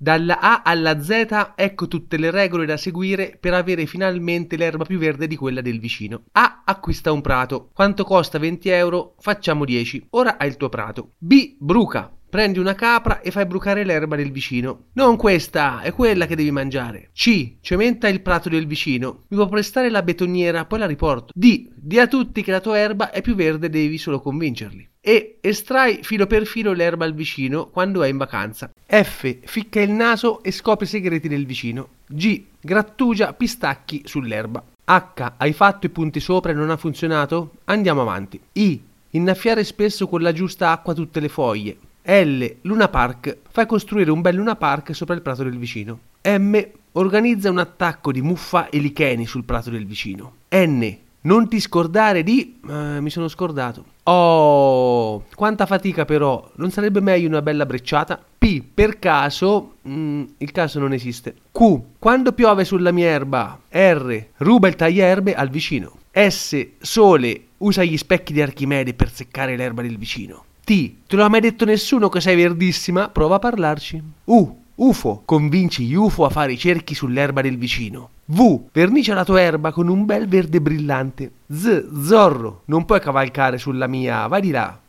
Dalla A alla Z ecco tutte le regole da seguire per avere finalmente l'erba più verde di quella del vicino. A. Acquista un prato. Quanto costa? 20 euro? Facciamo 10. Ora hai il tuo prato. B. Bruca. Prendi una capra e fai brucare l'erba del vicino. Non questa, è quella che devi mangiare. C. Cementa il prato del vicino. Mi può prestare la betoniera, poi la riporto. D. Di a tutti che la tua erba è più verde, devi solo convincerli. E. Estrai filo per filo l'erba al vicino quando è in vacanza. F. Ficca il naso e scopri i segreti del vicino. G. Grattugia pistacchi sull'erba. H. Hai fatto i punti sopra e non ha funzionato? Andiamo avanti. I. Innaffiare spesso con la giusta acqua tutte le foglie. L. Luna Park. Fai costruire un bel Luna Park sopra il prato del vicino. M. Organizza un attacco di muffa e licheni sul prato del vicino. N. Non ti scordare di... mi sono scordato. Oh, quanta fatica però. Non sarebbe meglio una bella brecciata? P. Per caso... il caso non esiste. Q. Quando piove sulla mia erba. R. Ruba il tagliaerbe al vicino. S. Sole. Usa gli specchi di Archimede per seccare l'erba del vicino. T. Te lo ha mai detto nessuno che sei verdissima? Prova a parlarci. U. UFO. Convinci gli UFO a fare i cerchi sull'erba del vicino. V. Vernicia la tua erba con un bel verde brillante. Z. Zorro. Non puoi cavalcare sulla mia, vai di là.